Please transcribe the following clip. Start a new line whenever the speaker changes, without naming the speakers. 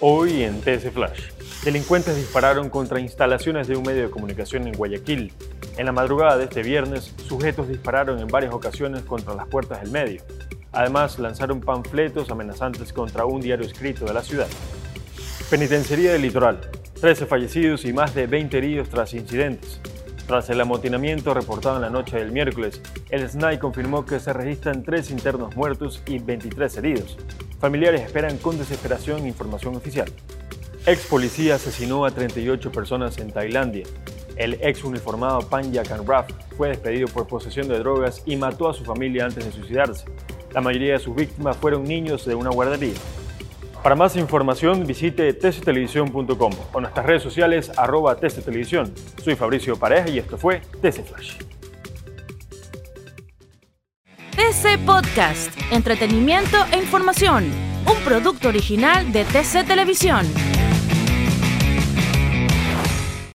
Hoy en TC Flash, delincuentes dispararon contra instalaciones de un medio de comunicación en Guayaquil. En la madrugada de este viernes, sujetos dispararon en varias ocasiones contra las puertas del medio. Además, lanzaron panfletos amenazantes contra un diario escrito de la ciudad. Penitenciaría del Litoral, 13 fallecidos y más de 20 heridos tras incidentes. Tras el amotinamiento reportado en la noche del miércoles, el SNAI confirmó que se registran 3 internos muertos y 23 heridos. Familiares esperan con desesperación información oficial. Ex policía asesinó a 38 personas en Tailandia. El ex uniformado Panya Kanraf fue despedido por posesión de drogas y mató a su familia antes de suicidarse. La mayoría de sus víctimas fueron niños de una guardería. Para más información visite tctelevisión.com o nuestras redes sociales @tctelevisión. Soy Fabricio Pareja y esto fue TC Flash.
TC Podcast, entretenimiento e información, un producto original de TC Televisión.